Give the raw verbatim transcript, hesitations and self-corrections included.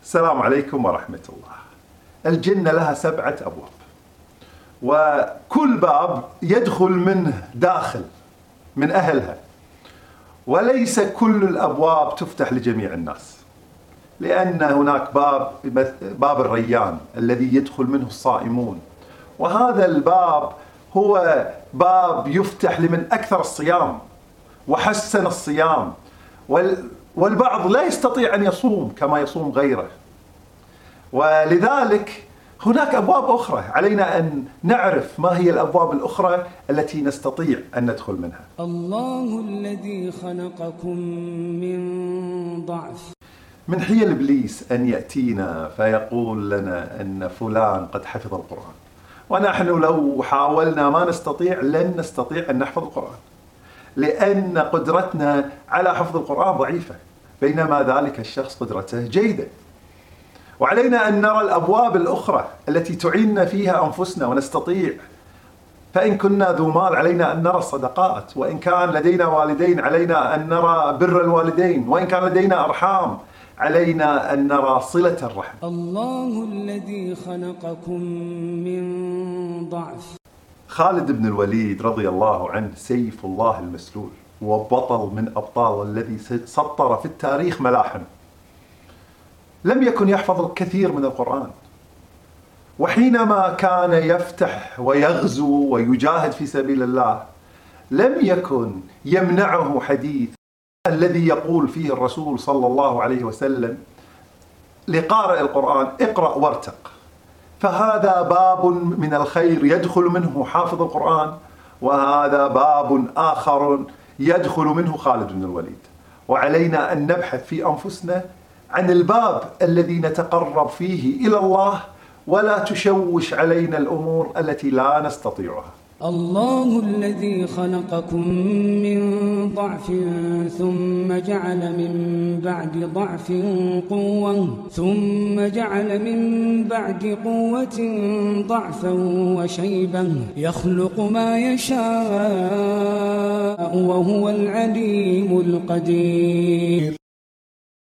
السلام عليكم ورحمة الله. الجنة لها سبعة أبواب، وكل باب يدخل منه داخل من أهلها، وليس كل الأبواب تفتح لجميع الناس، لأن هناك باب باب الريان الذي يدخل منه الصائمون، وهذا الباب هو باب يفتح لمن أكثر الصيام وحسن الصيام، والبعض لا يستطيع أن يصوم كما يصوم غيره. ولذلك هناك أبواب أخرى، علينا أن نعرف ما هي الأبواب الأخرى التي نستطيع أن ندخل منها. الله الذي خلقكم من ضعف. من حيل إبليس أن يأتينا فيقول لنا أن فلان قد حفظ القرآن، ونحن لو حاولنا ما نستطيع، لن نستطيع أن نحفظ القرآن، لأن قدرتنا على حفظ القرآن ضعيفة، بينما ذلك الشخص قدرته جيدة. وعلينا أن نرى الأبواب الأخرى التي تعيننا فيها أنفسنا ونستطيع. فإن كنا ذو مال علينا أن نرى الصدقات، وإن كان لدينا والدين علينا أن نرى بر الوالدين، وإن كان لدينا أرحام علينا أن نرى صلة الرحم. الله الذي خلقكم من ضعف. خالد بن الوليد رضي الله عنه سيف الله المسلول، وبطل من أبطال الذي سطر في التاريخ ملاحم. لم يكن يحفظ الكثير من القرآن، وحينما كان يفتح ويغزو ويجاهد في سبيل الله لم يكن يمنعه حديث الذي يقول فيه الرسول صلى الله عليه وسلم لقارئ القرآن: اقرأ وارتق. فهذا باب من الخير يدخل منه حافظ القرآن، وهذا باب آخر يدخل منه خالد بن الوليد. وعلينا أن نبحث في أنفسنا عن الباب الذي نتقرب فيه إلى الله، ولا تشوش علينا الأمور التي لا نستطيعها. الله الذي خلقكم من ضعف ثم جعل من بعد ضعف قوة ثم جعل من بعد قوة ضعفا وشيبا يخلق ما يشاء وهو العليم القدير.